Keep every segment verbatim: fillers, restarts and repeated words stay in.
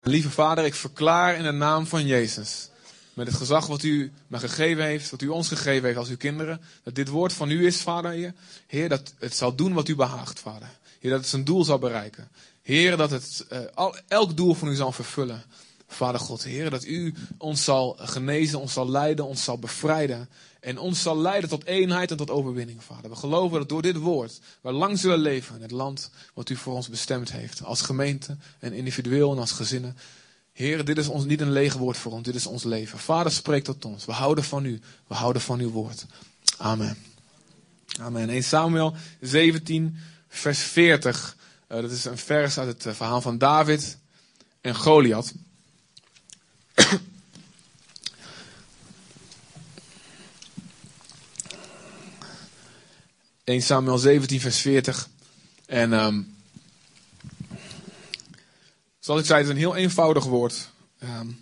Lieve Vader, ik verklaar in de naam van Jezus, met het gezag wat u me gegeven heeft, wat u ons gegeven heeft als uw kinderen, dat dit woord van u is, Vader, Heer. Heer, dat het zal doen wat u behaagt, Vader. Heer, dat het zijn doel zal bereiken. Heer, dat het uh, al, elk doel van u zal vervullen. Vader God, Heer, dat u ons zal genezen, ons zal leiden, ons zal bevrijden. En ons zal leiden tot eenheid en tot overwinning, Vader. We geloven dat door dit woord we lang zullen leven in het land wat u voor ons bestemd heeft. Als gemeente en individueel en als gezinnen. Heer, dit is ons niet een leeg woord voor ons, dit is ons leven. Vader, spreek tot ons. We houden van u, we houden van uw woord. Amen. Amen. Eerste Samuel zeventien, vers veertig. Uh, dat is een vers uit het uh, verhaal van David en Goliath. Eerste Samuel zeventien, vers veertig. En um, zoals ik zei, het is een heel eenvoudig woord. Um,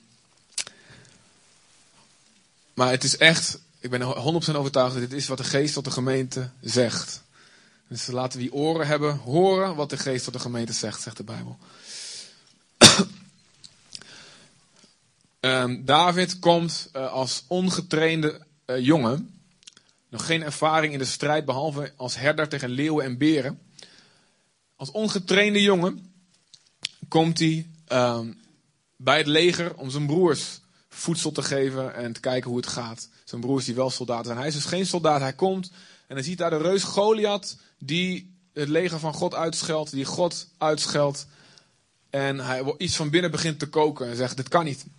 maar het is echt, ik ben er honderd procent overtuigd dat dit is wat de geest tot de gemeente zegt. Dus laten we die oren hebben, horen wat de geest tot de gemeente zegt, zegt de Bijbel. um, David komt uh, als ongetrainde uh, jongen. Nog geen ervaring in de strijd, behalve als herder tegen leeuwen en beren. Als ongetrainde jongen komt hij um, bij het leger om zijn broers voedsel te geven en te kijken hoe het gaat. Zijn broers die wel soldaten zijn. Hij is dus geen soldaat. Hij komt en hij ziet daar de reus Goliath die het leger van God uitscheldt, die God uitscheldt. En hij iets van binnen begint te koken en zegt, dit kan niet.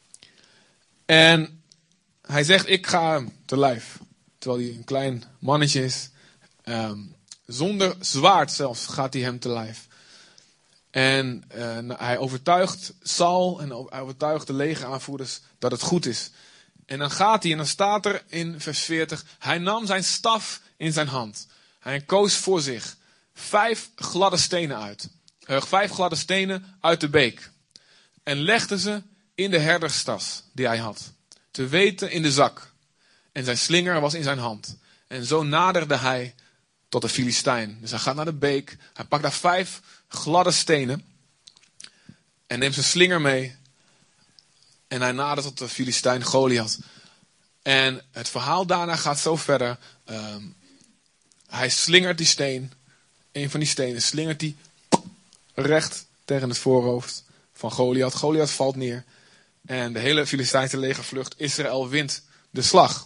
En hij zegt, ik ga hem te lijf. Terwijl hij een klein mannetje is. Um, zonder zwaard zelfs gaat hij hem te lijf. En uh, hij overtuigt Saul en hij overtuigt de legeraanvoerders dat het goed is. En dan gaat hij en dan staat er in vers veertig. Hij nam zijn staf in zijn hand. Hij koos voor zich vijf gladde stenen uit. Uh, vijf gladde stenen uit de beek. En legde ze in de herderstas die hij had. Te weten in de zak. En zijn slinger was in zijn hand. En zo naderde hij tot de Filistijn. Dus hij gaat naar de beek. Hij pakt daar vijf gladde stenen. En neemt zijn slinger mee. En hij nadert tot de Filistijn Goliath. En het verhaal daarna gaat zo verder. Um, hij slingert die steen. Een van die stenen slingert die recht tegen het voorhoofd van Goliath. Goliath valt neer. En de hele Filistijnse legervlucht. Israël wint de slag.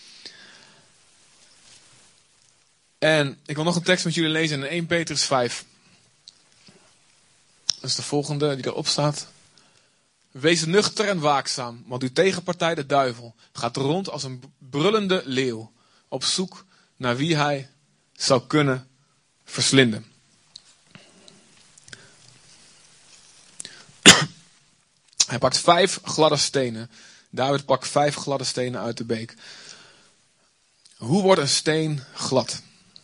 En ik wil nog een tekst met jullie lezen in Eerste Petrus vijf. Dat is de volgende die erop staat. Wees nuchter en waakzaam, want uw tegenpartij, de duivel, gaat rond als een brullende leeuw. Op zoek naar wie hij zou kunnen verslinden. Hij pakt vijf gladde stenen. David pakt vijf gladde stenen uit de beek. Hoe wordt een steen glad?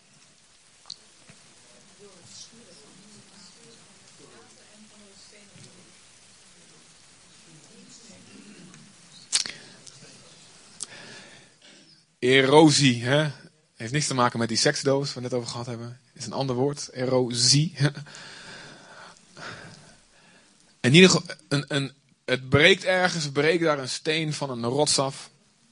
Erosie, hè? Heeft niks te maken met die seksdoos waar we het net over gehad hebben. Is een ander woord, erosie. En in ieder geval, een, een, het breekt ergens, breekt daar een steen van een rots af.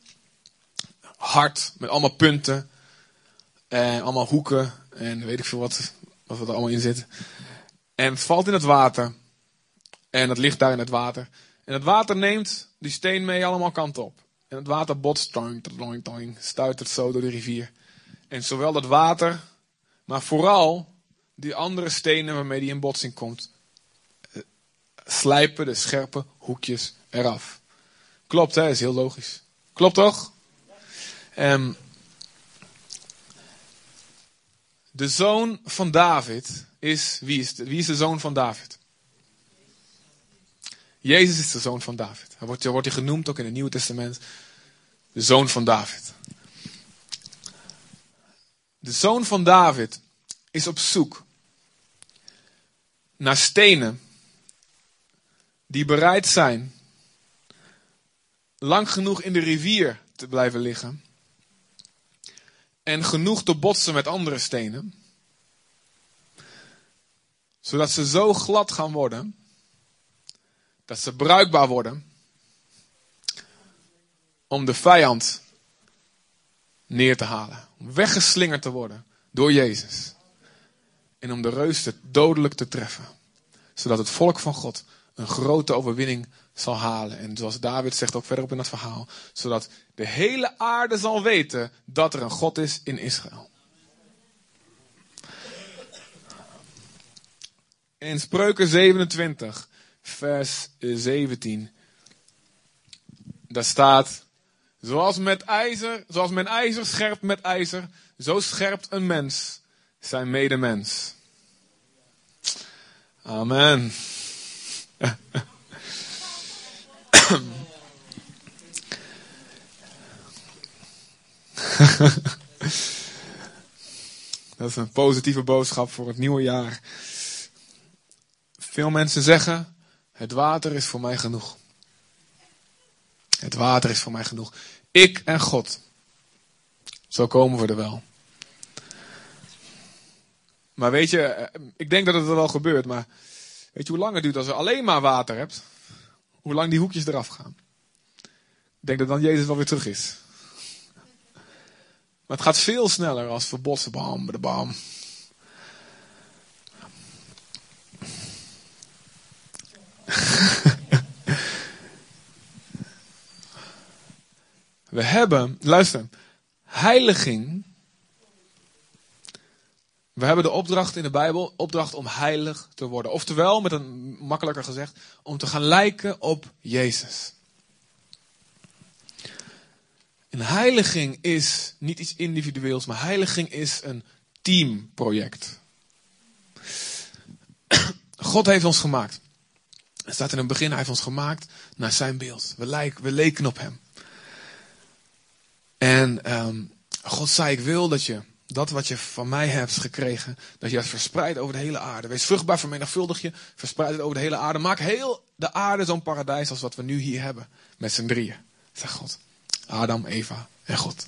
Hard, met allemaal punten. En allemaal hoeken. En weet ik veel wat, wat er allemaal in zit. En het valt in het water. En het ligt daar in het water. En het water neemt die steen mee allemaal kanten op. En het water botst, toing, toing, toing, stuitert zo door de rivier. En zowel dat water, maar vooral die andere stenen waarmee die in botsing komt, slijpen de scherpe hoekjes eraf. Klopt, hè? Is heel logisch. Klopt toch? Um, de zoon van David is, wie is, de, wie is de zoon van David? Jezus is de zoon van David. Hij wordt, wordt hij genoemd ook in het Nieuwe Testament. De zoon van David. De zoon van David is op zoek naar stenen die bereid zijn lang genoeg in de rivier te blijven liggen en genoeg te botsen met andere stenen, zodat ze zo glad gaan worden Dat ze bruikbaar worden om de vijand neer te halen. Om weggeslingerd te worden door Jezus. En om de reus dodelijk te treffen. Zodat het volk van God een grote overwinning zal halen. En zoals David zegt ook verderop in dat verhaal. Zodat de hele aarde zal weten dat er een God is in Israël. In Spreuken zevenentwintig, vers zeventien. Daar staat. Zoals, met ijzer, zoals men ijzer scherpt met ijzer. Zo scherpt een mens zijn medemens. Amen. Dat is een positieve boodschap voor het nieuwe jaar. Veel mensen zeggen, het water is voor mij genoeg. Het water is voor mij genoeg. Ik en God. Zo komen we er wel. Maar weet je, ik denk dat het er wel gebeurt, maar weet je hoe lang het duurt als je alleen maar water hebt? Hoe lang die hoekjes eraf gaan? Ik denk dat dan Jezus wel weer terug is. Maar het gaat veel sneller als we botsen. Bam, de bam. We hebben, luister, heiliging. We hebben de opdracht in de Bijbel, opdracht om heilig te worden. Oftewel, met een makkelijker gezegd, om te gaan lijken op Jezus. En heiliging is niet iets individueels, maar heiliging is een teamproject. God heeft ons gemaakt. Er staat in het begin, hij heeft ons gemaakt naar zijn beeld. We, lijken, we leken op hem. En um, God zei, ik wil dat je dat wat je van mij hebt gekregen, dat je dat verspreidt over de hele aarde. Wees vruchtbaar, vermenigvuldig je, verspreid het over de hele aarde. Maak heel de aarde zo'n paradijs als wat we nu hier hebben. Met z'n drieën, zegt God. Adam, Eva en God.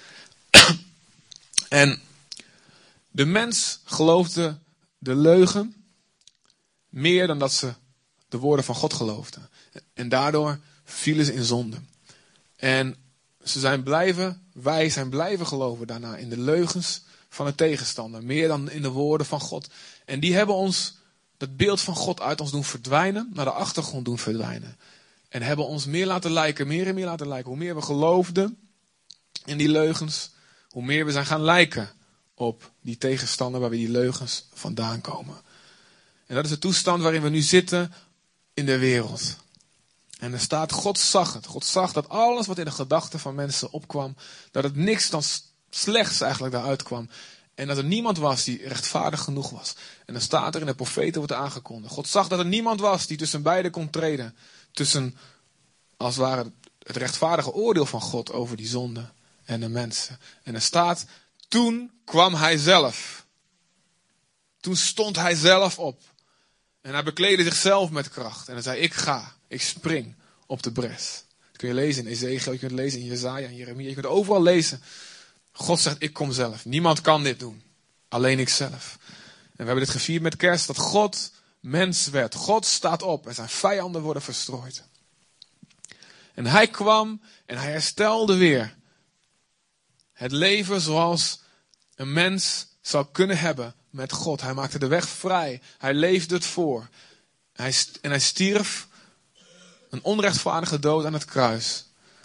En de mens geloofde de leugen meer dan dat ze de woorden van God geloofden. En daardoor vielen ze in zonde. En ze zijn blijven, wij zijn blijven geloven daarna in de leugens van de tegenstander. Meer dan in de woorden van God. En die hebben ons, dat beeld van God uit ons doen verdwijnen, naar de achtergrond doen verdwijnen. En hebben ons meer laten lijken, meer en meer laten lijken. Hoe meer we geloofden in die leugens, hoe meer we zijn gaan lijken op die tegenstander waar we die leugens vandaan komen. En dat is de toestand waarin we nu zitten in de wereld. En er staat, God zag het. God zag dat alles wat in de gedachten van mensen opkwam, dat het niks dan slechts eigenlijk daaruit kwam. En dat er niemand was die rechtvaardig genoeg was. En dan staat er in de profeten wordt aangekondigd. God zag dat er niemand was die tussen beiden kon treden. Tussen, als het ware, het rechtvaardige oordeel van God over die zonde en de mensen. En er staat, toen kwam hij zelf. Toen stond hij zelf op. En hij bekleedde zichzelf met kracht. En hij zei, ik ga, ik spring op de bres. Dat kun je lezen in Ezekiel, je kunt het lezen in Jesaja en Jeremia. Je kunt overal lezen. God zegt, ik kom zelf. Niemand kan dit doen. Alleen ik zelf. En we hebben dit gevierd met kerst, dat God mens werd. God staat op en zijn vijanden worden verstrooid. En hij kwam en hij herstelde weer het leven zoals een mens zou kunnen hebben met God. Hij maakte de weg vrij. Hij leefde het voor. Hij, en hij stierf een onrechtvaardige dood aan het kruis.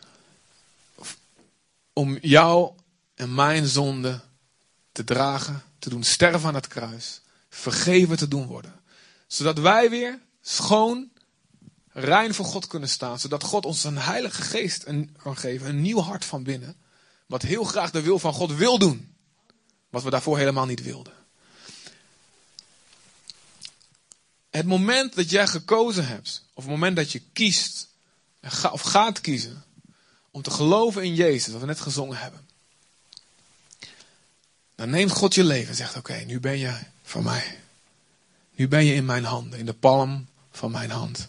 Om jou en mijn zonde te dragen, te doen sterven aan het kruis. Vergeven te doen worden. Zodat wij weer schoon, rein voor God kunnen staan. Zodat God ons een heilige geest kan geven. Een nieuw hart van binnen. Wat heel graag de wil van God wil doen. Wat we daarvoor helemaal niet wilden. Het moment dat jij gekozen hebt. Of het moment dat je kiest. Of gaat kiezen. Om te geloven in Jezus. Wat we net gezongen hebben. Dan neemt God je leven en zegt, oké, okay, nu ben je van mij. Nu ben je in mijn handen. In de palm van mijn hand.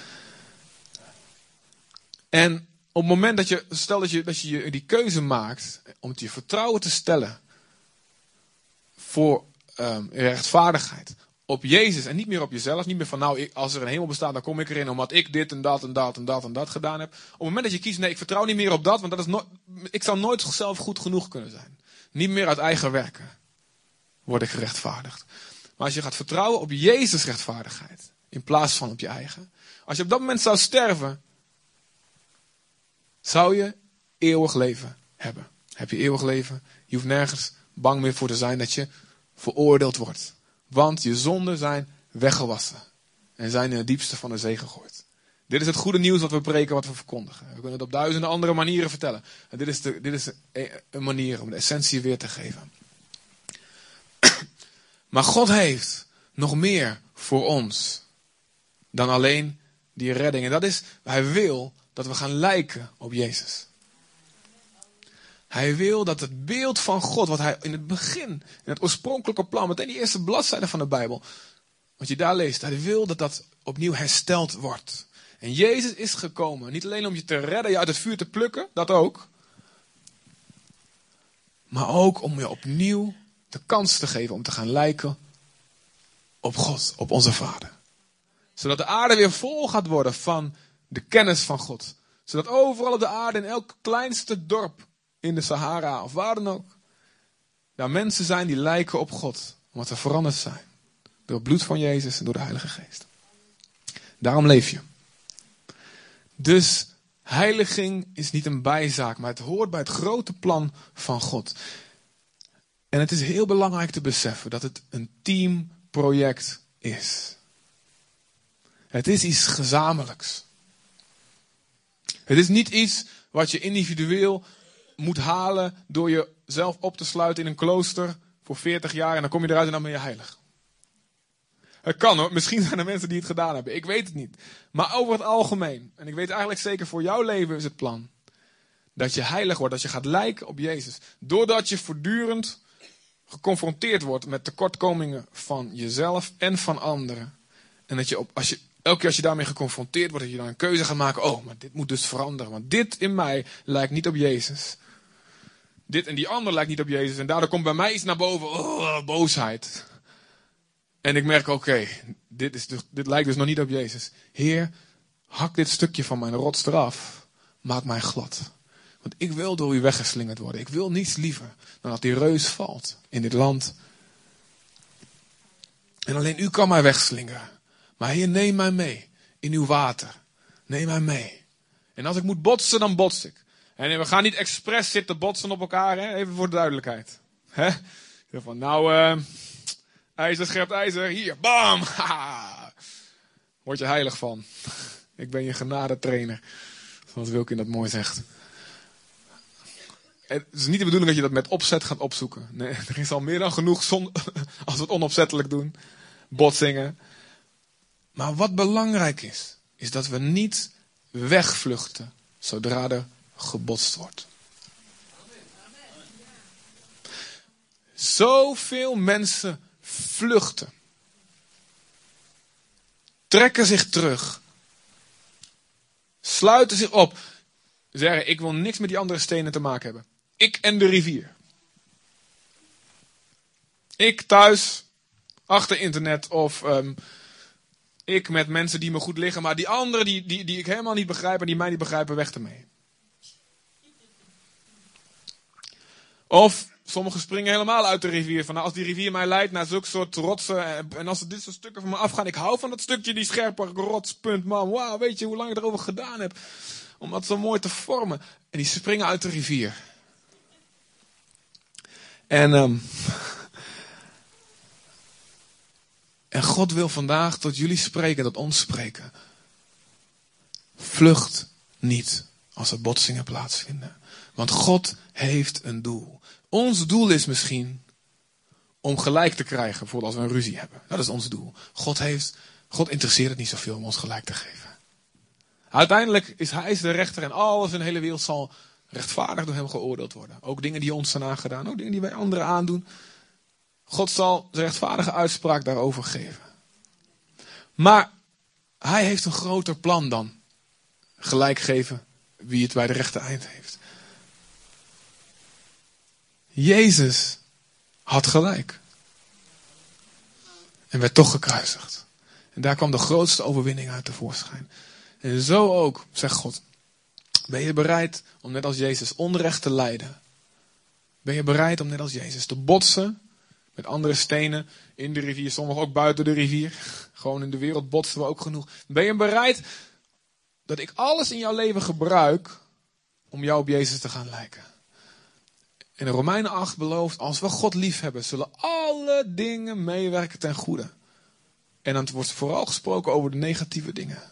En op het moment dat je, stel dat je, dat je die keuze maakt. Om je vertrouwen te stellen. Voor um, rechtvaardigheid. op Jezus en niet meer op jezelf. Niet meer van nou, ik, als er een hemel bestaat, dan kom ik erin omdat ik dit en dat en dat en dat en dat gedaan heb. Op het moment dat je kiest, nee, ik vertrouw niet meer op dat, want dat is no- ik zal nooit zelf goed genoeg kunnen zijn. Niet meer uit eigen werken word ik gerechtvaardigd. Maar als je gaat vertrouwen op Jezus' rechtvaardigheid, in plaats van op je eigen. Als je op dat moment zou sterven, zou je eeuwig leven hebben. Heb je eeuwig leven? Je hoeft nergens bang meer voor te zijn dat je veroordeeld wordt. Want je zonden zijn weggewassen. En zijn in het diepste van de zee gegooid. Dit is het goede nieuws wat we preken, wat we verkondigen. We kunnen het op duizenden andere manieren vertellen. En dit is, de, dit is een manier om de essentie weer te geven. Maar God heeft nog meer voor ons dan alleen die redding. En dat is, hij wil dat we gaan lijken op Jezus. Hij wil dat het beeld van God, wat hij in het begin, in het oorspronkelijke plan, meteen die eerste bladzijde van de Bijbel, wat je daar leest, hij wil dat dat opnieuw hersteld wordt. En Jezus is gekomen, niet alleen om je te redden, je uit het vuur te plukken, dat ook. Maar ook om je opnieuw de kans te geven om te gaan lijken op God, op onze Vader. Zodat de aarde weer vol gaat worden van de kennis van God. Zodat overal op de aarde, in elk kleinste dorp, in de Sahara of waar dan ook, daar mensen zijn die lijken op God. Omdat ze veranderd zijn. Door het bloed van Jezus en door de Heilige Geest. Daarom leef je. Dus heiliging is niet een bijzaak, maar het hoort bij het grote plan van God. En het is heel belangrijk te beseffen dat het een teamproject is. Het is iets gezamenlijks. Het is niet iets wat je individueel moet halen door jezelf op te sluiten in een klooster voor veertig jaar en dan kom je eruit en dan ben je heilig. Het kan hoor, misschien zijn er mensen die het gedaan hebben, ik weet het niet. Maar over het algemeen, en ik weet eigenlijk zeker voor jouw leven is het plan, dat je heilig wordt, dat je gaat lijken op Jezus. Doordat je voortdurend geconfronteerd wordt met tekortkomingen van jezelf en van anderen. En dat je, op, als je elke keer als je daarmee geconfronteerd wordt, dat je dan een keuze gaat maken. Oh, maar dit moet dus veranderen. Want dit in mij lijkt niet op Jezus. Dit en die ander lijkt niet op Jezus. En daardoor komt bij mij iets naar boven. Oh, boosheid. En ik merk, oké, okay, dit, is dus, dit lijkt dus nog niet op Jezus. Heer, hak dit stukje van mijn rots eraf. Maak mij glad. Want ik wil door u weggeslingerd worden. Ik wil niets liever dan dat die reus valt in dit land. En alleen u kan mij wegslingeren. Maar Heer, neem mij mee in uw water. Neem mij mee. En als ik moet botsen, dan bots ik. En we gaan niet expres zitten botsen op elkaar, hè? Even voor de duidelijkheid. Hè? Van, nou, uh, ijzer scherpt ijzer. Hier, bam! Ha! Word je heilig van. Ik ben je genadetrainer. Zoals Wilkin dat mooi zegt. Het is niet de bedoeling dat je dat met opzet gaat opzoeken. Nee, er is al meer dan genoeg zon, als we het onopzettelijk doen. Botsingen. Maar wat belangrijk is, is dat we niet wegvluchten zodra er gebotst wordt. Zoveel mensen vluchten. Trekken zich terug. Sluiten zich op. Zeggen, ik wil niks met die andere stenen te maken hebben. Ik en de rivier. Ik thuis, achter internet of um, ik met mensen die me goed liggen. Maar die anderen die, die, die ik helemaal niet begrijp en die mij niet begrijpen, weg ermee. Of sommigen springen helemaal uit de rivier. Van, nou, als die rivier mij leidt naar zulke soort rotsen. En als er dit soort stukken van me afgaan. Ik hou van dat stukje, die scherpe rotspunt. Man, wauw, weet je hoe lang ik erover gedaan heb. Om dat zo mooi te vormen. En die springen uit de rivier. En, um, en God wil vandaag tot jullie spreken, tot ons spreken. Vlucht niet als er botsingen plaatsvinden. Want God heeft een doel. Ons doel is misschien om gelijk te krijgen, bijvoorbeeld als we een ruzie hebben. Dat is ons doel. God, heeft, God interesseert het niet zoveel om ons gelijk te geven. Uiteindelijk is hij de rechter en alles in de hele wereld zal rechtvaardig door hem geoordeeld worden. Ook dingen die ons zijn aangedaan, ook dingen die wij anderen aandoen. God zal de rechtvaardige uitspraak daarover geven. Maar hij heeft een groter plan dan gelijk geven wie het bij de rechte eind heeft. Jezus had gelijk. En werd toch gekruisigd. En daar kwam de grootste overwinning uit tevoorschijn. En zo ook, zegt God. Ben je bereid om net als Jezus onrecht te lijden? Ben je bereid om net als Jezus te botsen met andere stenen in de rivier, sommigen ook buiten de rivier? Gewoon in de wereld botsen we ook genoeg. Ben je bereid dat ik alles in jouw leven gebruik om jou op Jezus te gaan lijken? En in Romeinen acht belooft, als we God lief hebben, zullen alle dingen meewerken ten goede. En dan wordt vooral gesproken over de negatieve dingen.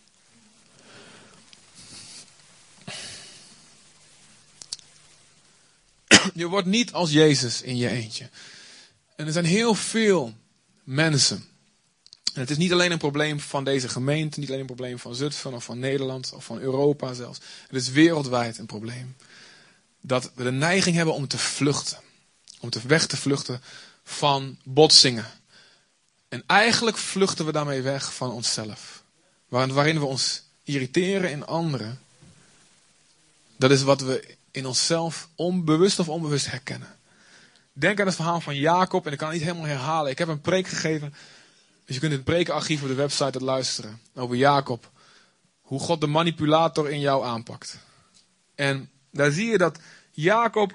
Je wordt niet als Jezus in je eentje. En er zijn heel veel mensen. En het is niet alleen een probleem van deze gemeente, niet alleen een probleem van Zutphen of van Nederland of van Europa zelfs. Het is wereldwijd een probleem. Dat we de neiging hebben om te vluchten. Om te weg te vluchten van botsingen. En eigenlijk vluchten we daarmee weg van onszelf. Waarin we ons irriteren in anderen. Dat is wat we in onszelf onbewust of onbewust herkennen. Denk aan het verhaal van Jacob. En ik kan het niet helemaal herhalen. Ik heb een preek gegeven. Dus je kunt het prekenarchief op de website het luisteren. Over Jacob. Hoe God de manipulator in jou aanpakt. En daar zie je dat Jacob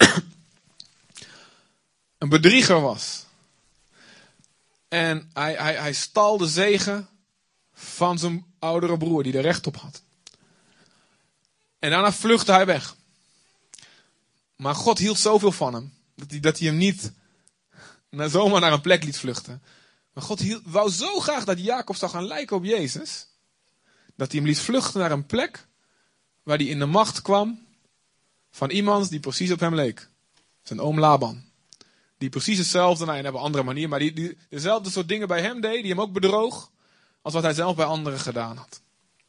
een bedrieger was. En hij, hij, hij stal de zegen van zijn oudere broer die er recht op had. En daarna vluchtte hij weg. Maar God hield zoveel van hem. Dat hij, dat hij hem niet naar, zomaar naar een plek liet vluchten. Maar God hield, wou zo graag dat Jacob zou gaan lijken op Jezus. Dat hij hem liet vluchten naar een plek waar hij in de macht kwam van iemand die precies op hem leek. Zijn oom Laban. Die precies hetzelfde, nou, en op een andere manier, maar die, die dezelfde soort dingen bij hem deed, die hem ook bedroog, als wat hij zelf bij anderen gedaan had.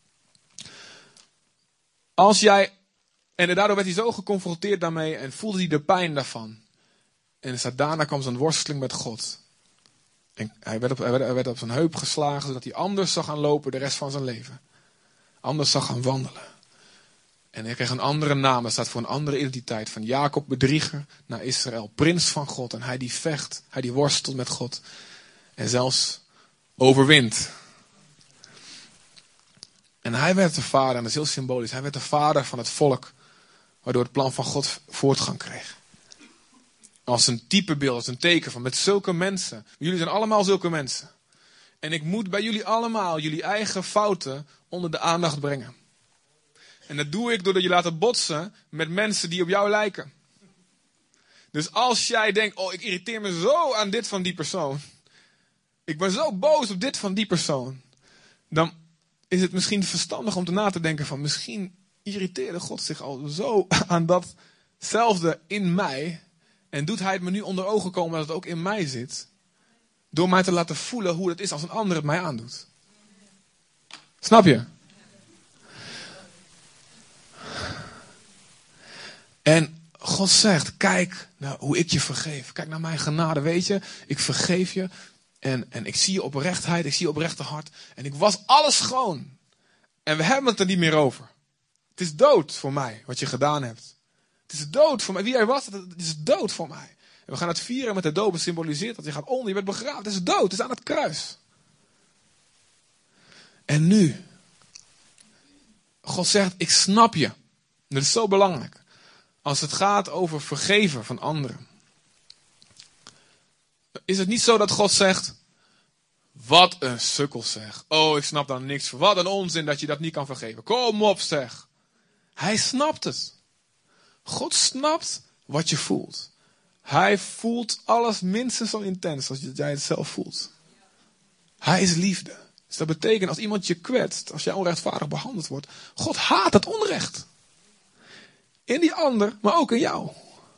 Als jij, en daardoor werd hij zo geconfronteerd daarmee en voelde hij de pijn daarvan. En staat, daarna kwam zijn worsteling met God. En hij werd, op, hij, werd, hij werd op zijn heup geslagen, zodat hij anders zou gaan lopen de rest van zijn leven. Anders zou gaan wandelen. En hij kreeg een andere naam, dat staat voor een andere identiteit. Van Jacob, bedrieger, naar Israël, prins van God. En hij die vecht, hij die worstelt met God. En zelfs overwint. En hij werd de vader, en dat is heel symbolisch, hij werd de vader van het volk. Waardoor het plan van God voortgang kreeg. Als een typebeeld, als een teken van met zulke mensen. Jullie zijn allemaal zulke mensen. En ik moet bij jullie allemaal jullie eigen fouten onder de aandacht brengen. En dat doe ik doordat je laten botsen met mensen die op jou lijken. Dus als jij denkt, oh ik irriteer me zo aan dit van die persoon. Ik ben zo boos op dit van die persoon. Dan is het misschien verstandig om te na te denken van misschien irriteerde God zich al zo aan datzelfde in mij. En doet hij het me nu onder ogen komen dat het ook in mij zit. Door mij te laten voelen hoe het is als een ander het mij aandoet. Snap je? En God zegt, kijk naar hoe ik je vergeef. Kijk naar mijn genade, weet je. Ik vergeef je. En, en ik zie je oprechtheid, ik zie je oprechte hart. En ik was alles schoon. En we hebben het er niet meer over. Het is dood voor mij, wat je gedaan hebt. Het is dood voor mij. Wie jij was, het is dood voor mij. En we gaan het vieren met de dood. Het symboliseert dat je gaat onder, je bent begraven. Het is dood, het is aan het kruis. En nu. God zegt, ik snap je. Dat is zo belangrijk. Als het gaat over vergeven van anderen. Is het niet zo dat God zegt, wat een sukkel zeg. Oh, ik snap daar niks van. Wat een onzin dat je dat niet kan vergeven. Kom op zeg. Hij snapt het. God snapt wat je voelt. Hij voelt alles minstens zo intens als jij het zelf voelt. Hij is liefde. Dus dat betekent als iemand je kwetst, als jij onrechtvaardig behandeld wordt. God haat het onrecht. In die ander, maar ook in jou.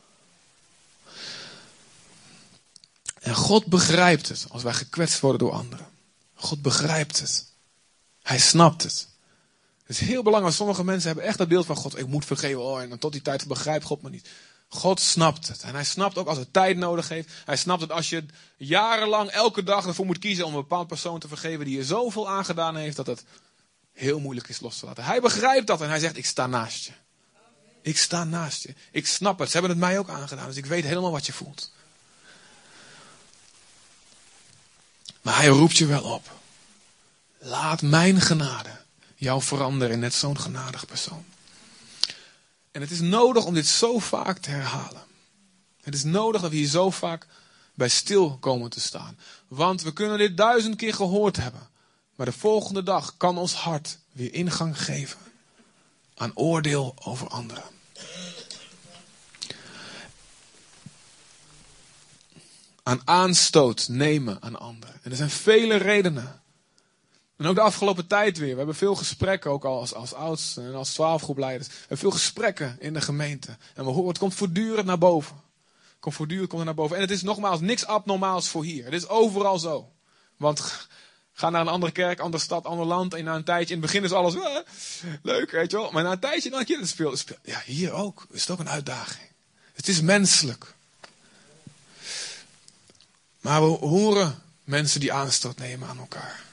En God begrijpt het als wij gekwetst worden door anderen. God begrijpt het. Hij snapt het. Het is heel belangrijk. Sommige mensen hebben echt dat beeld van God. Ik moet vergeven. Oh, en tot die tijd begrijpt God me niet. God snapt het. En hij snapt ook als het tijd nodig heeft. Hij snapt het als je jarenlang elke dag ervoor moet kiezen om een bepaald persoon te vergeven die je zoveel aangedaan heeft dat het heel moeilijk is los te laten. Hij begrijpt dat en hij zegt, ik sta naast je. Ik sta naast je. Ik snap het. Ze hebben het mij ook aangedaan. Dus ik weet helemaal wat je voelt. Maar hij roept je wel op. Laat mijn genade jou veranderen in net zo'n genadig persoon. En het is nodig om dit zo vaak te herhalen. Het is nodig dat we hier zo vaak bij stil komen te staan. Want we kunnen dit duizend keer gehoord hebben. Maar de volgende dag kan ons hart weer ingang geven aan oordeel over anderen. Aan aanstoot nemen aan anderen. En er zijn vele redenen. En ook de afgelopen tijd weer. We hebben veel gesprekken, ook al als, als oudsten en als twaalfgroepleiders. We hebben veel gesprekken in de gemeente. En we horen, het komt voortdurend naar boven. Het komt voortdurend komt het naar boven. En het is nogmaals niks abnormaals voor hier. Het is overal zo. Want ga naar een andere kerk, andere stad, ander land. En na een tijdje, in het begin is alles eh, leuk, weet je wel. Maar na een tijdje, dan keer het speelt, speelt. Ja, hier ook. Is het ook een uitdaging. Het is menselijk. Maar we horen mensen die aanstoot nemen aan elkaar.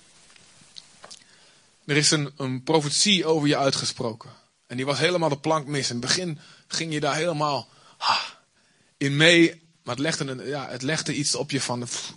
Er is een, een profetie over je uitgesproken. En die was helemaal de plank mis. In het begin ging je daar helemaal ha, in mee. Maar het legde, een, ja, het legde iets op je van pff,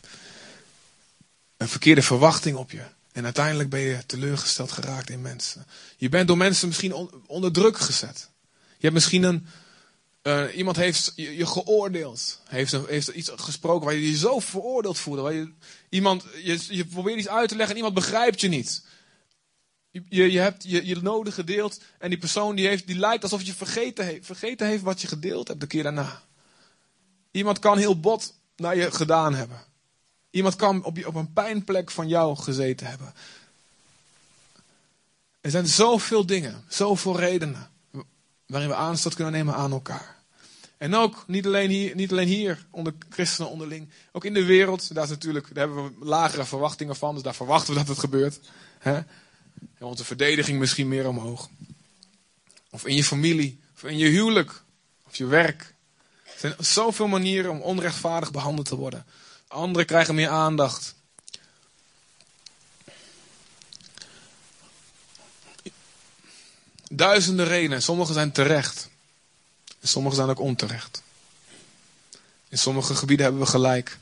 een verkeerde verwachting op je. En uiteindelijk ben je teleurgesteld geraakt in mensen. Je bent door mensen misschien on, onder druk gezet. Je hebt misschien een... Uh, iemand heeft je, je geoordeeld. Heeft, heeft iets gesproken waar je je zo veroordeeld voelde. Waar je, iemand, je, je probeert iets uit te leggen en iemand begrijpt je niet. Je, je hebt je, je nodig gedeeld en die persoon die, heeft, die lijkt alsof je vergeten heeft, vergeten heeft wat je gedeeld hebt de keer daarna. Iemand kan heel bot naar je gedaan hebben. Iemand kan op, je, op een pijnplek van jou gezeten hebben. Er zijn zoveel dingen, zoveel redenen waarin we aanstoot kunnen nemen aan elkaar. En ook niet alleen hier, niet alleen hier onder christenen onderling, ook in de wereld. Daar, is natuurlijk, daar hebben we lagere verwachtingen van, dus daar verwachten we dat het gebeurt. Hè? En onze verdediging misschien meer omhoog. Of in je familie, of in je huwelijk, of je werk. Er zijn zoveel manieren om onrechtvaardig behandeld te worden. Anderen krijgen meer aandacht. Duizenden redenen, sommige zijn terecht. En sommige zijn ook onterecht. In sommige gebieden hebben we gelijk.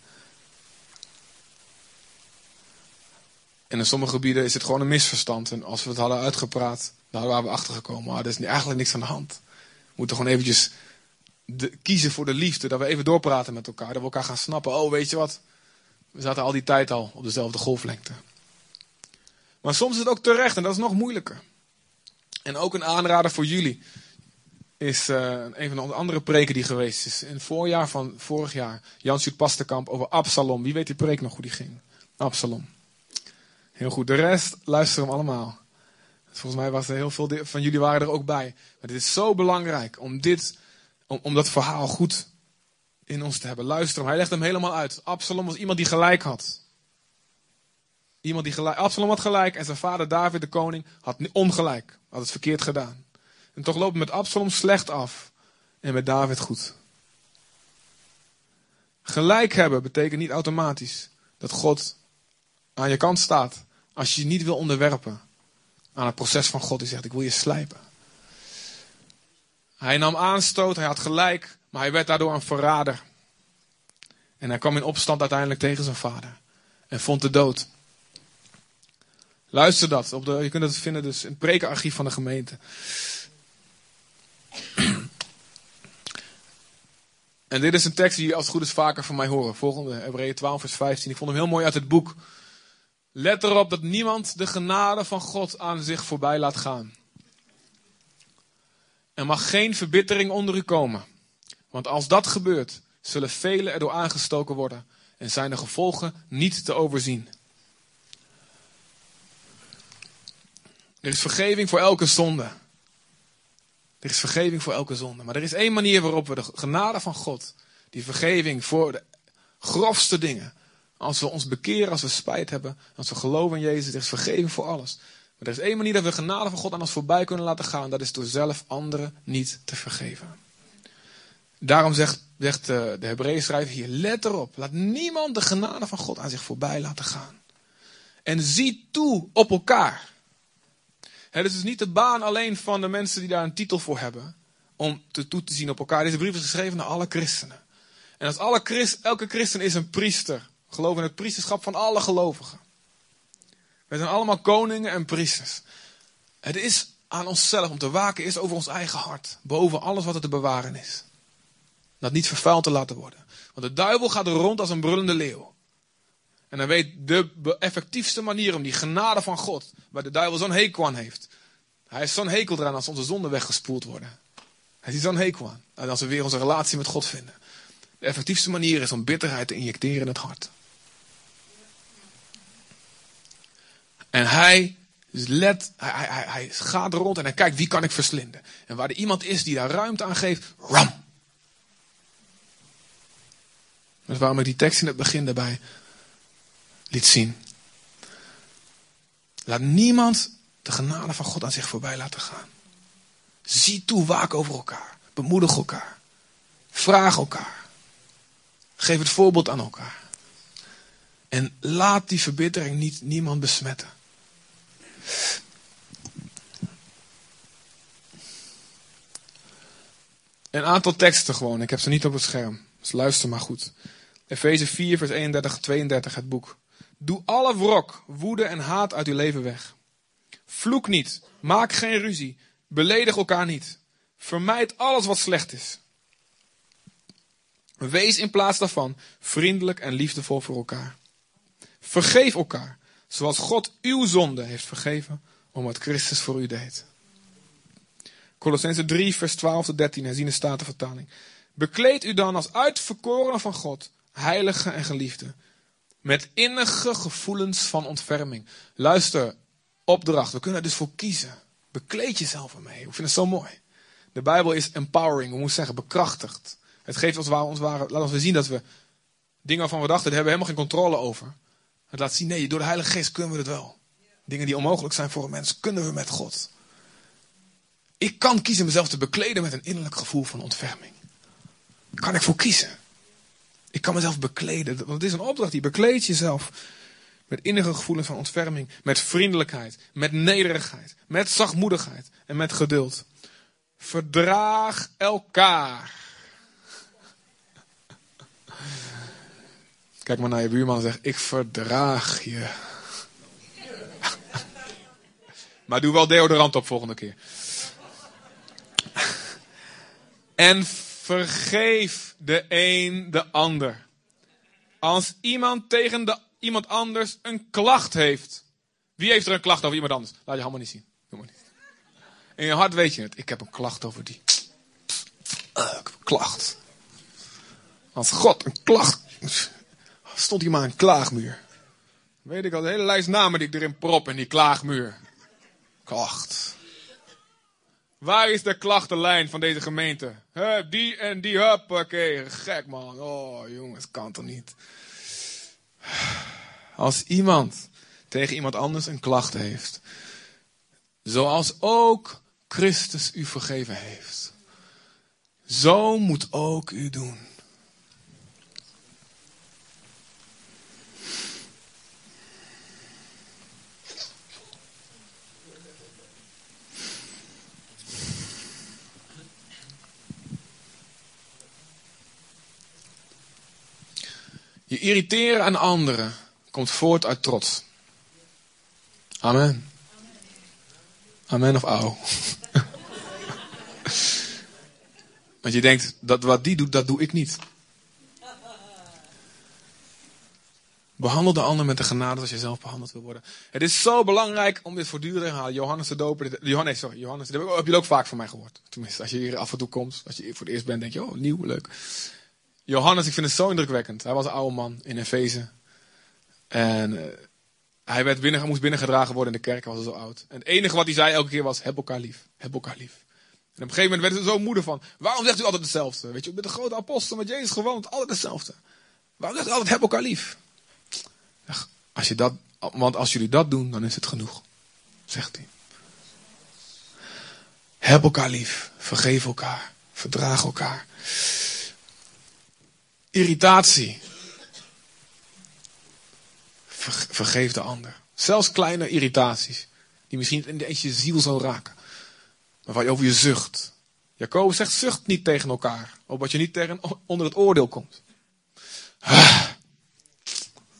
En in sommige gebieden is het gewoon een misverstand. En als we het hadden uitgepraat, dan waren we achtergekomen. Maar er is eigenlijk niks aan de hand. We moeten gewoon eventjes de, kiezen voor de liefde. Dat we even doorpraten met elkaar. Dat we elkaar gaan snappen. Oh, weet je wat? We zaten al die tijd al op dezelfde golflengte. Maar soms is het ook terecht en dat is nog moeilijker. En ook een aanrader voor jullie is uh, een van de andere preken die geweest is. In het voorjaar van vorig jaar. Jan-Sjoerd Pasterkamp over Absalom. Wie weet die preek nog hoe die ging? Absalom. Heel goed. De rest, luister hem allemaal. Volgens mij was er heel veel van jullie waren er ook bij. Maar dit is zo belangrijk om, dit, om, om dat verhaal goed in ons te hebben. Luister hem. Hij legt hem helemaal uit. Absalom was iemand die gelijk had. Iemand die gelijk, Absalom had gelijk en zijn vader David de koning had ongelijk. Had het verkeerd gedaan. En toch loopt het met Absalom slecht af. En met David goed. Gelijk hebben betekent niet automatisch dat God aan je kant staat. Als je je niet wil onderwerpen aan het proces van God. Die zegt, ik wil je slijpen. Hij nam aanstoot, hij had gelijk. Maar hij werd daardoor een verrader. En hij kwam in opstand uiteindelijk tegen zijn vader. En vond de dood. Luister dat. Op de, je kunt het vinden dus in het prekenarchief van de gemeente. En dit is een tekst die je als het goed is vaker van mij horen. Volgende, Hebreeën twaalf vers vijftien. Ik vond hem heel mooi uit het boek. Let erop dat niemand de genade van God aan zich voorbij laat gaan. Er mag geen verbittering onder u komen. Want als dat gebeurt, zullen velen erdoor aangestoken worden. En zijn de gevolgen niet te overzien. Er is vergeving voor elke zonde. Er is vergeving voor elke zonde. Maar er is één manier waarop we de genade van God, die vergeving voor de grofste dingen, als we ons bekeren, als we spijt hebben, als we geloven in Jezus, er is vergeving voor alles. Maar er is één manier dat we de genade van God aan ons voorbij kunnen laten gaan. Dat is door zelf anderen niet te vergeven. Daarom zegt, zegt de Hebreeën schrijver hier, let erop. Laat niemand de genade van God aan zich voorbij laten gaan. En zie toe op elkaar. Het is dus niet de baan alleen van de mensen die daar een titel voor hebben. Om te toe te zien op elkaar. Deze brief is geschreven naar alle christenen. En als alle christ, elke christen is een priester. geloven in het priesterschap van alle gelovigen. Wij zijn allemaal koningen en priesters. Het is aan onszelf om te waken is over ons eigen hart. Boven alles wat er te bewaren is. Dat niet vervuild te laten worden. Want de duivel gaat er rond als een brullende leeuw. En hij weet de effectiefste manier om die genade van God, waar de duivel zo'n hekel aan heeft. Hij heeft zo'n hekel eraan als onze zonden weggespoeld worden. Hij ziet zo'n hekel aan. En als we weer onze relatie met God vinden. De effectiefste manier is om bitterheid te injecteren in het hart. En hij, let, hij, hij, hij gaat rond en hij kijkt wie kan ik verslinden. En waar er iemand is die daar ruimte aan geeft, ram. Dat is waarom ik die tekst in het begin daarbij liet zien. Laat niemand de genade van God aan zich voorbij laten gaan. Zie toe, waak over elkaar. Bemoedig elkaar. Vraag elkaar. Geef het voorbeeld aan elkaar. En laat die verbittering niet niemand besmetten. Een aantal teksten gewoon. Ik heb ze niet op het scherm. Dus luister maar goed. Efeze vier vers eenendertig tot tweeëndertig het boek. Doe alle wrok, woede en haat uit uw leven weg. Vloek niet. Maak geen ruzie. Beledig elkaar niet. Vermijd alles wat slecht is. Wees in plaats daarvan vriendelijk en liefdevol voor elkaar. Vergeef elkaar, zoals God uw zonde heeft vergeven, om wat Christus voor u deed. Kolossenzen drie vers twaalf tot dertien, herziene statenvertaling. Bekleed u dan als uitverkorenen van God, heilige en geliefde, met innige gevoelens van ontferming. Luister, opdracht, we kunnen er dus voor kiezen. Bekleed jezelf ermee. Ik vind het zo mooi. De Bijbel is empowering, we moeten zeggen bekrachtigd. Het geeft ons, waar, ons waar, laat ons zien dat we dingen waarvan we dachten, daar hebben we helemaal geen controle over. Het laat zien, nee, door de Heilige Geest kunnen we het wel. Dingen die onmogelijk zijn voor een mens, kunnen we met God. Ik kan kiezen mezelf te bekleden met een innerlijk gevoel van ontferming. Daar kan ik voor kiezen. Ik kan mezelf bekleden. Want het is een opdracht, die bekleed jezelf. Met innige gevoelens van ontferming. Met vriendelijkheid. Met nederigheid. Met zachtmoedigheid. En met geduld. Verdraag elkaar. Kijk maar naar je buurman en zeg, ik verdraag je. Maar doe wel deodorant op volgende keer. En vergeef de een de ander. Als iemand tegen de, iemand anders een klacht heeft. Wie heeft er een klacht over iemand anders? Laat je handen niet zien. Doe maar niet. In je hart weet je het. Ik heb een klacht over die. Uh, ik heb een klacht. Als God een klacht. Stond hier maar een klaagmuur. Weet ik al, de hele lijst namen die ik erin prop in die klaagmuur. Klacht. Waar is de klachtenlijn van deze gemeente? Hup, die en die, huppakee. Gek man. Oh jongens, kan toch niet. Als iemand tegen iemand anders een klacht heeft. Zoals ook Christus u vergeven heeft. Zo moet ook u doen. Je irriteren aan anderen komt voort uit trots. Amen. Amen of auw. Want je denkt, dat wat die doet, dat doe ik niet. Behandel de ander met de genade als je zelf behandeld wil worden. Het is zo belangrijk om dit voortdurend te herhalen. Johannes de Doper, dit, Johannes, sorry, Johannes, dat heb je ook vaak van mij gehoord. Tenminste, als je hier af en toe komt, als je hier voor het eerst bent, denk je, oh, nieuw, leuk. Johannes, ik vind het zo indrukwekkend. Hij was een oude man in Efeze. En uh, hij werd binnen, moest binnengedragen worden in de kerk, hij was al zo oud. En het enige wat hij zei elke keer was, heb elkaar lief, heb elkaar lief. En op een gegeven moment werd hij zo moede van, waarom zegt u altijd hetzelfde? Weet je, met de grote apostel, met Jezus gewandeld, altijd hetzelfde. Waarom zegt u altijd, heb elkaar lief? Als je dat, want als jullie dat doen, dan is het genoeg, zegt hij. Heb elkaar lief, vergeef elkaar, verdraag elkaar. Irritatie. Ver, vergeef de ander. Zelfs kleine irritaties. Die misschien in je ziel zal raken. Maar waar je over je zucht. Jacobus zegt, zucht niet tegen elkaar. Opdat je niet tegen, onder het oordeel komt. Ah.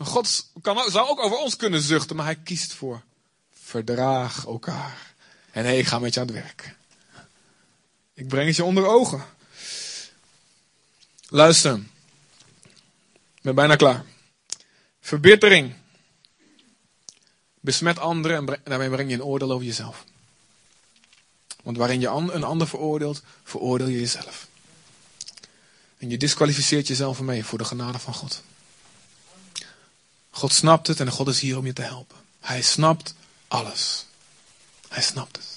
God kan ook, zou ook over ons kunnen zuchten, maar hij kiest voor verdraag elkaar. En hé, hey, ik ga met je aan het werk. Ik breng het je onder ogen. Luister. Ik ben bijna klaar. Verbittering. Besmet anderen en breng, daarmee breng je een oordeel over jezelf. Want waarin je een ander veroordeelt, veroordeel je jezelf. En je disqualificeert jezelf ermee voor de genade van God. God snapt het en God is hier om je te helpen. Hij snapt alles. Hij snapt het.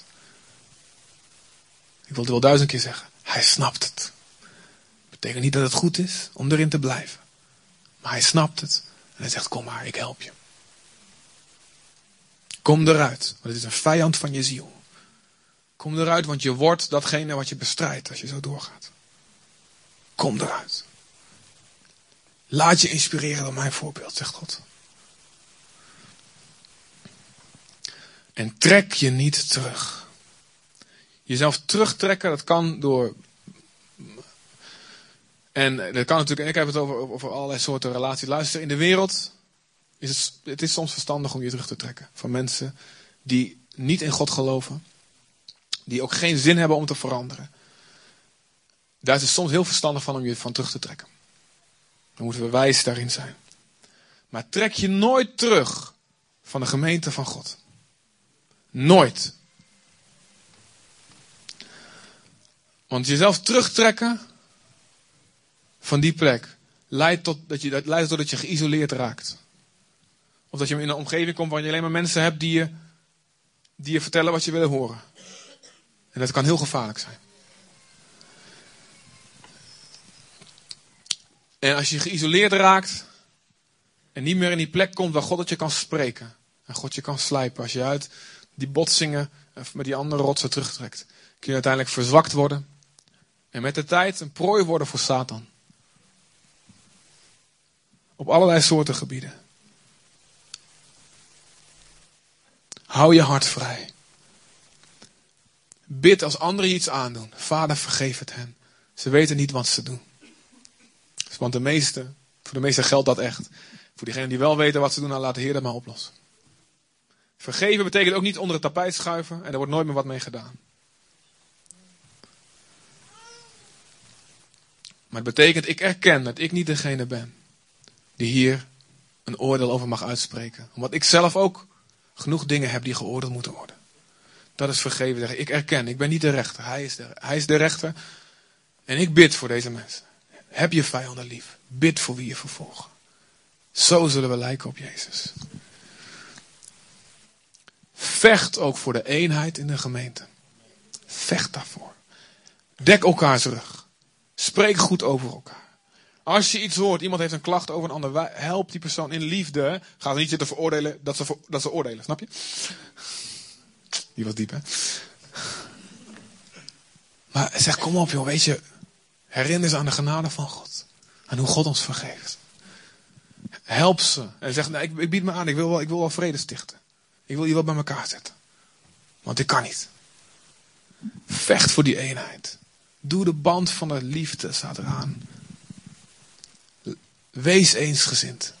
Ik wil het wel duizend keer zeggen. Hij snapt het. Dat betekent niet dat het goed is om erin te blijven. Maar hij snapt het. En hij zegt, kom maar, ik help je. Kom eruit, want het is een vijand van je ziel. Kom eruit, want je wordt datgene wat je bestrijdt als je zo doorgaat. Kom eruit. Laat je inspireren door mijn voorbeeld, zegt God. En trek je niet terug. Jezelf terugtrekken, dat kan door... En dat kan natuurlijk, en ik heb het over, over allerlei soorten relaties. Luister, in de wereld is het, het is soms verstandig om je terug te trekken. Van mensen die niet in God geloven. Die ook geen zin hebben om te veranderen. Daar is het soms heel verstandig van om je van terug te trekken. Dan moeten we wijs daarin zijn. Maar trek je nooit terug van de gemeente van God. Nooit. Want jezelf terugtrekken van die plek leidt tot dat je, dat leidt tot dat je geïsoleerd raakt. Of dat je in een omgeving komt waar je alleen maar mensen hebt die je, die je vertellen wat je wil horen. En dat kan heel gevaarlijk zijn. En als je geïsoleerd raakt en niet meer in die plek komt waar God het je kan spreken. En God je kan slijpen. Als je uit die botsingen met die andere rotsen terugtrekt. Kun je uiteindelijk verzwakt worden. En met de tijd een prooi worden voor Satan. Op allerlei soorten gebieden. Hou je hart vrij. Bid als anderen je iets aandoen. Vader, vergeef het hen. Ze weten niet wat ze doen. Want de meeste, voor de meesten geldt dat echt. Voor diegenen die wel weten wat ze doen, dan laat de Heer dat maar oplossen. Vergeven betekent ook niet onder het tapijt schuiven en er wordt nooit meer wat mee gedaan. Maar het betekent, ik erken dat ik niet degene ben die hier een oordeel over mag uitspreken. Omdat ik zelf ook genoeg dingen heb die geoordeeld moeten worden. Dat is vergeven. Ik erken, ik ben niet de rechter. Hij is de, hij is de rechter. En ik bid voor deze mensen. Heb je vijanden lief. Bid voor wie je vervolgt. Zo zullen we lijken op Jezus. Vecht ook voor de eenheid in de gemeente. Vecht daarvoor. Dek elkaars rug. Spreek goed over elkaar. Als je iets hoort, iemand heeft een klacht over een ander. Help die persoon in liefde. Ga niet zitten veroordelen dat ze, dat ze oordelen. Snap je? Die was diep, hè? Maar zeg, kom op joh, weet je. Herinner ze aan de genade van God. Aan hoe God ons vergeeft. Help ze. En zeg, nee, ik, ik bied me aan, ik wil, wel, ik wil wel vrede stichten. Ik wil je wel bij elkaar zetten. Want ik kan niet. Vecht voor die eenheid. Doe de band van de liefde, staat eraan. Wees eensgezind.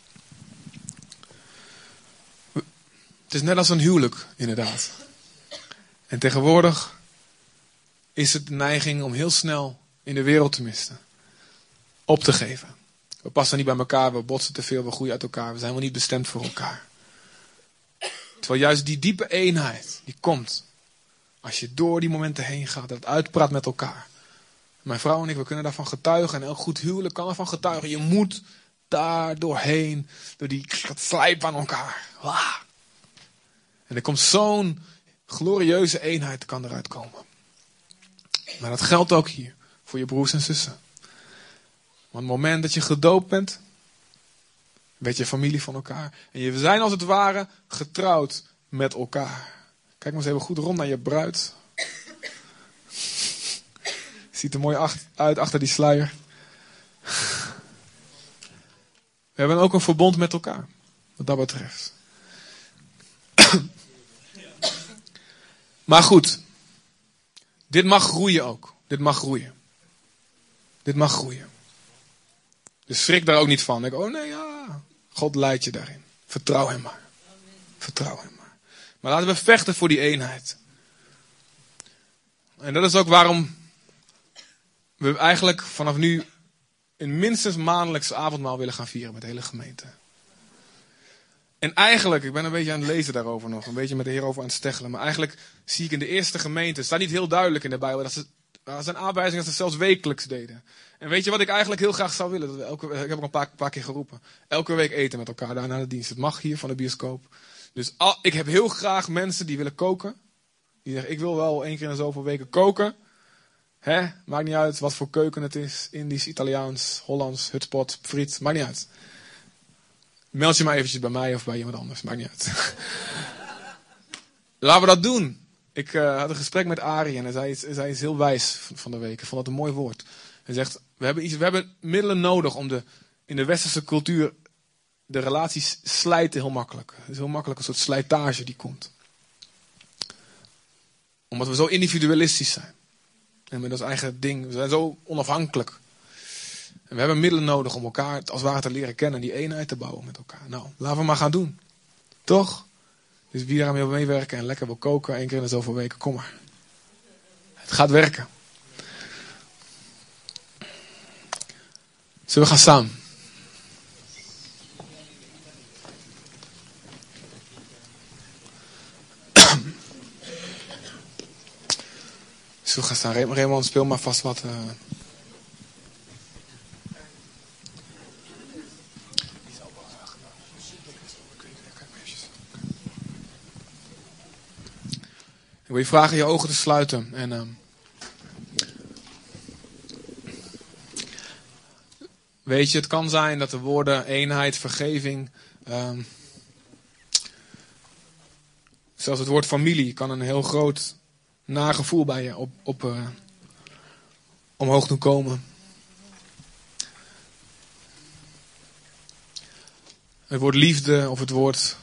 Het is net als een huwelijk, inderdaad. En tegenwoordig is het de neiging om heel snel in de wereld te misten. Op te geven. We passen niet bij elkaar, we botsen te veel, we groeien uit elkaar. We zijn wel niet bestemd voor elkaar. Terwijl juist die diepe eenheid, die komt. Als je door die momenten heen gaat, dat het uitpraat met elkaar. Mijn vrouw en ik, we kunnen daarvan getuigen. En elk goed huwelijk kan ervan getuigen. Je moet daar doorheen, door die dat slijpen aan elkaar. Wah. En er komt zo'n glorieuze eenheid kan eruit komen. Maar dat geldt ook hier. Voor je broers en zussen. Want het moment dat je gedoopt bent. Werd je familie van elkaar. En je zijn als het ware getrouwd met elkaar. Kijk maar eens even goed rond naar je bruid. Ziet er mooi uit achter die sluier. We hebben ook een verbond met elkaar. Wat dat betreft. Maar goed. Dit mag groeien ook. Dit mag groeien. Dit mag groeien. Dus schrik daar ook niet van. Denk, oh nee, ja. God leidt je daarin. Vertrouw hem maar. Vertrouw hem maar. Maar laten we vechten voor die eenheid. En dat is ook waarom we eigenlijk vanaf nu een minstens maandelijks avondmaal willen gaan vieren met de hele gemeente. En eigenlijk, ik ben een beetje aan het lezen daarover nog, een beetje met de Heer over aan het steggelen. Maar eigenlijk zie ik in de eerste gemeente, het staat niet heel duidelijk in de Bijbel, dat ze, er zijn aanwijzingen dat ze zelfs wekelijks deden. En weet je wat ik eigenlijk heel graag zou willen? Dat we elke, ik heb ook een paar, paar keer geroepen. Elke week eten met elkaar daar na de dienst. Het mag hier van de bioscoop. Dus al, ik heb heel graag mensen die willen koken. Die zeggen, ik wil wel één keer in zoveel weken koken. Hè? Maakt niet uit wat voor keuken het is. Indisch, Italiaans, Hollands, hutspot, friet. Maakt niet uit. Meld je maar eventjes bij mij of bij iemand anders. Maakt niet uit. Laten we dat doen. Ik uh, had een gesprek met Arie en hij zei iets, hij zei iets heel wijs van de week. Ik vond dat een mooi woord. Hij zegt, we hebben, iets, we hebben middelen nodig om de, in de westerse cultuur de relaties slijten heel makkelijk. Het is heel makkelijk een soort slijtage die komt. Omdat we zo individualistisch zijn. En met ons eigen ding. We zijn zo onafhankelijk. En we hebben middelen nodig om elkaar als het ware te leren kennen. En die eenheid te bouwen met elkaar. Nou, laten we maar gaan doen. Toch? Dus wie daarmee wil meewerken en lekker wil koken. één keer in de zoveel weken. Kom maar. Het gaat werken. Zullen we gaan staan? Zullen we gaan staan? Raymond, speel maar vast wat... Uh... Ik wil je vragen je ogen te sluiten. En, uh... weet je, het kan zijn dat de woorden eenheid, vergeving... Uh... zelfs het woord familie kan een heel groot nagevoel bij je op, op, uh... omhoog doen komen. Het woord liefde of het woord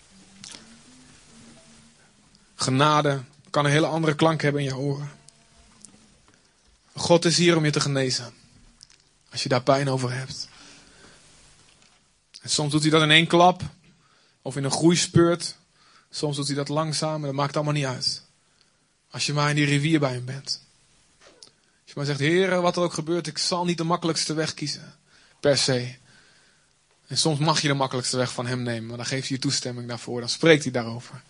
genade kan een hele andere klank hebben in je oren. God is hier om je te genezen. Als je daar pijn over hebt. En soms doet hij dat in één klap. Of in een groeispurt. Soms doet hij dat langzaam. En dat maakt allemaal niet uit. Als je maar in die rivier bij hem bent. Als je maar zegt, Heer, wat er ook gebeurt. Ik zal niet de makkelijkste weg kiezen. Per se. En soms mag je de makkelijkste weg van hem nemen. Maar dan geeft hij je toestemming daarvoor. Dan spreekt hij daarover.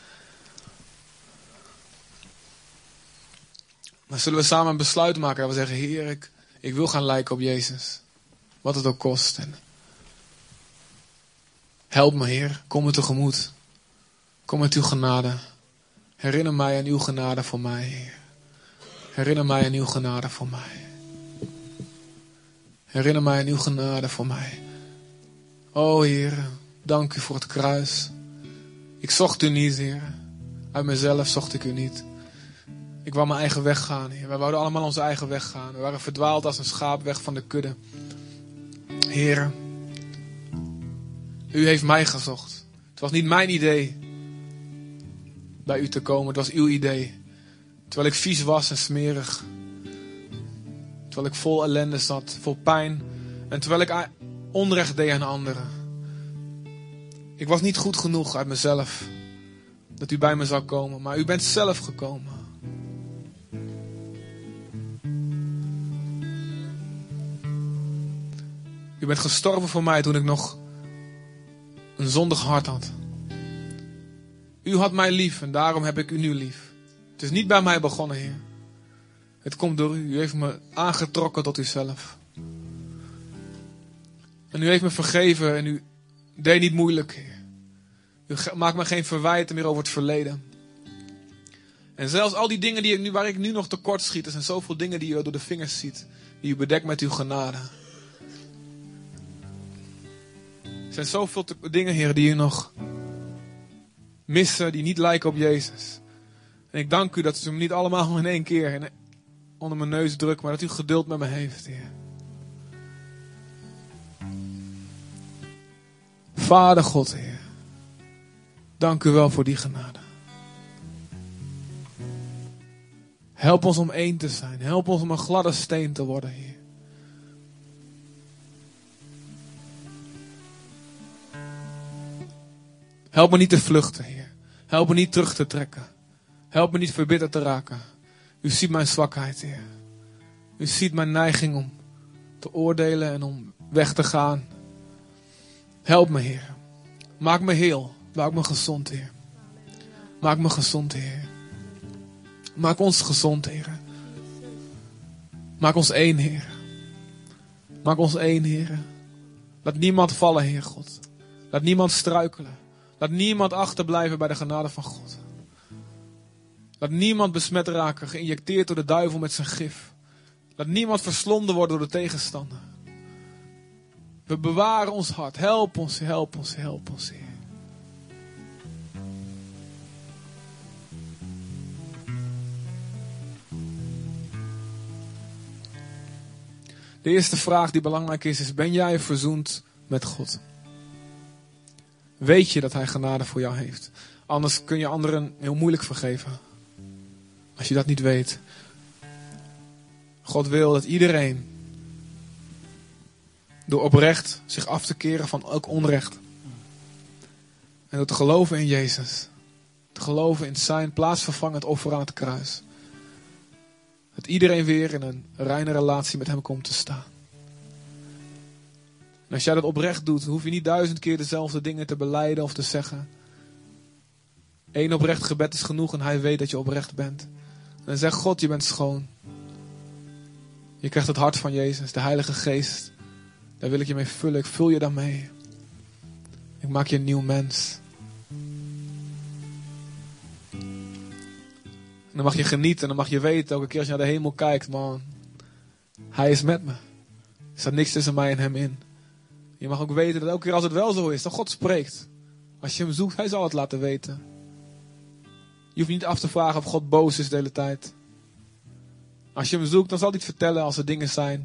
Maar zullen we samen een besluit maken. Dat we zeggen, Heer, ik, ik wil gaan lijken op Jezus. Wat het ook kost. En help me, Heer. Kom me tegemoet. Kom met uw genade. Herinner mij aan uw genade voor mij, Heer. Herinner mij aan uw genade voor mij. Herinner mij aan uw genade voor mij. O Heer, dank u voor het kruis. Ik zocht u niet, Heer. Uit mezelf zocht ik u niet. Ik wou mijn eigen weg gaan, Heer. Wij wouden allemaal onze eigen weg gaan. We waren verdwaald als een schaap weg van de kudde. Heer, u heeft mij gezocht. Het was niet mijn idee bij u te komen. Het was uw idee. Terwijl ik vies was en smerig. Terwijl ik vol ellende zat, vol pijn. En terwijl ik onrecht deed aan anderen. Ik was niet goed genoeg uit mezelf. Dat u bij me zou komen. Maar u bent zelf gekomen. U bent gestorven voor mij toen ik nog een zondig hart had. U had mij lief en daarom heb ik u nu lief. Het is niet bij mij begonnen, Heer. Het komt door u. U heeft me aangetrokken tot uzelf. En u heeft me vergeven en u deed niet moeilijk, Heer. U maakt me geen verwijten meer over het verleden. En zelfs al die dingen die ik nu, waar ik nu nog tekort schiet, er zijn zoveel dingen die u door de vingers ziet. Die u bedekt met uw genade. Er zijn zoveel te, dingen, Heer, die u nog missen, die niet lijken op Jezus. En ik dank u dat u me niet allemaal in één keer in, onder mijn neus drukt, maar dat u geduld met me heeft, Heer. Vader God, Heer. Dank u wel voor die genade. Help ons om één te zijn. Help ons om een gladde steen te worden, Heer. Help me niet te vluchten, Heer. Help me niet terug te trekken. Help me niet verbitterd te raken. U ziet mijn zwakheid, Heer. U ziet mijn neiging om te oordelen en om weg te gaan. Help me, Heer. Maak me heel. Maak me gezond, Heer. Maak me gezond, Heer. Maak ons gezond, Heer. Maak ons één, Heer. Maak ons één, Heer. Laat niemand vallen, Heer God. Laat niemand struikelen. Laat niemand achterblijven bij de genade van God. Laat niemand besmet raken, geïnjecteerd door de duivel met zijn gif. Laat niemand verslonden worden door de tegenstander. We bewaren ons hart. Help ons, help ons, help ons, Heer. De eerste vraag die belangrijk is, is: ben jij verzoend met God? Weet je dat hij genade voor jou heeft? Anders kun je anderen heel moeilijk vergeven. Als je dat niet weet. God wil dat iedereen, door oprecht zich af te keren van elk onrecht, en door te geloven in Jezus, te geloven in zijn plaatsvervangend offer aan het kruis, dat iedereen weer in een reine relatie met hem komt te staan. En als jij dat oprecht doet, hoef je niet duizend keer dezelfde dingen te belijden of te zeggen. Eén oprecht gebed is genoeg en hij weet dat je oprecht bent. En dan zegt God: je bent schoon. Je krijgt het hart van Jezus, de Heilige Geest. Daar wil ik je mee vullen. Ik vul je daarmee. Ik maak je een nieuw mens. En dan mag je genieten en dan mag je weten, elke keer als je naar de hemel kijkt, man, hij is met me. Er staat niks tussen mij en hem in. Je mag ook weten dat elke keer als het wel zo is, dat God spreekt. Als je hem zoekt, hij zal het laten weten. Je hoeft niet af te vragen of God boos is de hele tijd. Als je hem zoekt, dan zal hij het vertellen als er dingen zijn.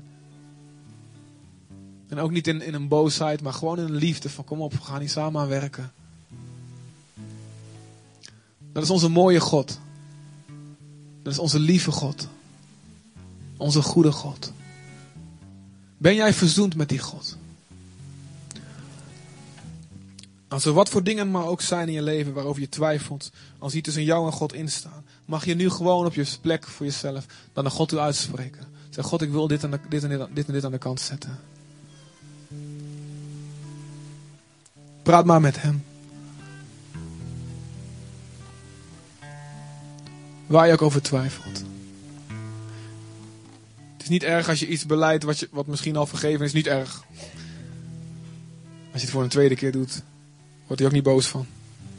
En ook niet in, in een boosheid, maar gewoon in een liefde. Van kom op, we gaan hier samen aan werken. Dat is onze mooie God. Dat is onze lieve God. Onze goede God. Ben jij verzoend met die God? Als er wat voor dingen maar ook zijn in je leven waarover je twijfelt, als die tussen jou en God instaan, mag je nu gewoon op je plek voor jezelf dan naar God toe uitspreken. Zeg: God, ik wil dit en, de, dit, en dit, dit en dit aan de kant zetten. Praat maar met hem. Waar je ook over twijfelt. Het is niet erg als je iets beleidt wat, je, wat misschien al vergeven is. Niet erg. Als je het voor een tweede keer doet, wordt hij ook niet boos van.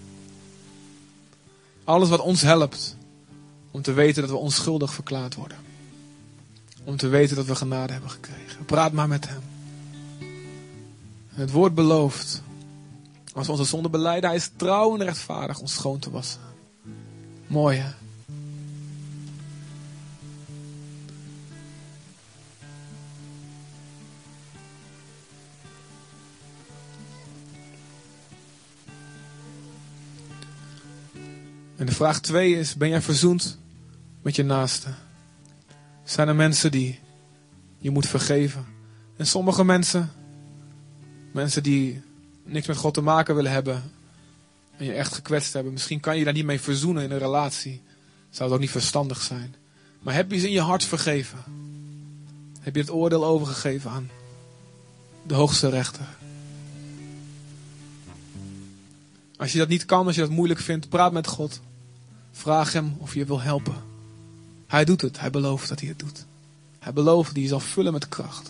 Alles wat ons helpt om te weten dat we onschuldig verklaard worden. Om te weten dat we genade hebben gekregen. Praat maar met hem. Het woord belooft, als we onze zonde belijden, hij is trouw en rechtvaardig ons schoon te wassen. Mooi, hè? En de vraag twee is: ben jij verzoend met je naaste? Zijn er mensen die je moet vergeven? En sommige mensen, mensen die niks met God te maken willen hebben en je echt gekwetst hebben, misschien kan je daar niet mee verzoenen in een relatie. Zou het ook niet verstandig zijn. Maar heb je ze in je hart vergeven? Heb je het oordeel overgegeven aan de hoogste rechter? Als je dat niet kan, als je dat moeilijk vindt, praat met God. Vraag hem of je je wil helpen. Hij doet het. Hij belooft dat hij het doet. Hij belooft dat hij je zal vullen met kracht.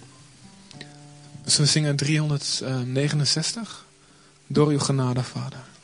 Dus we zingen driehonderdnegenenzestig. Door uw genade, Vader.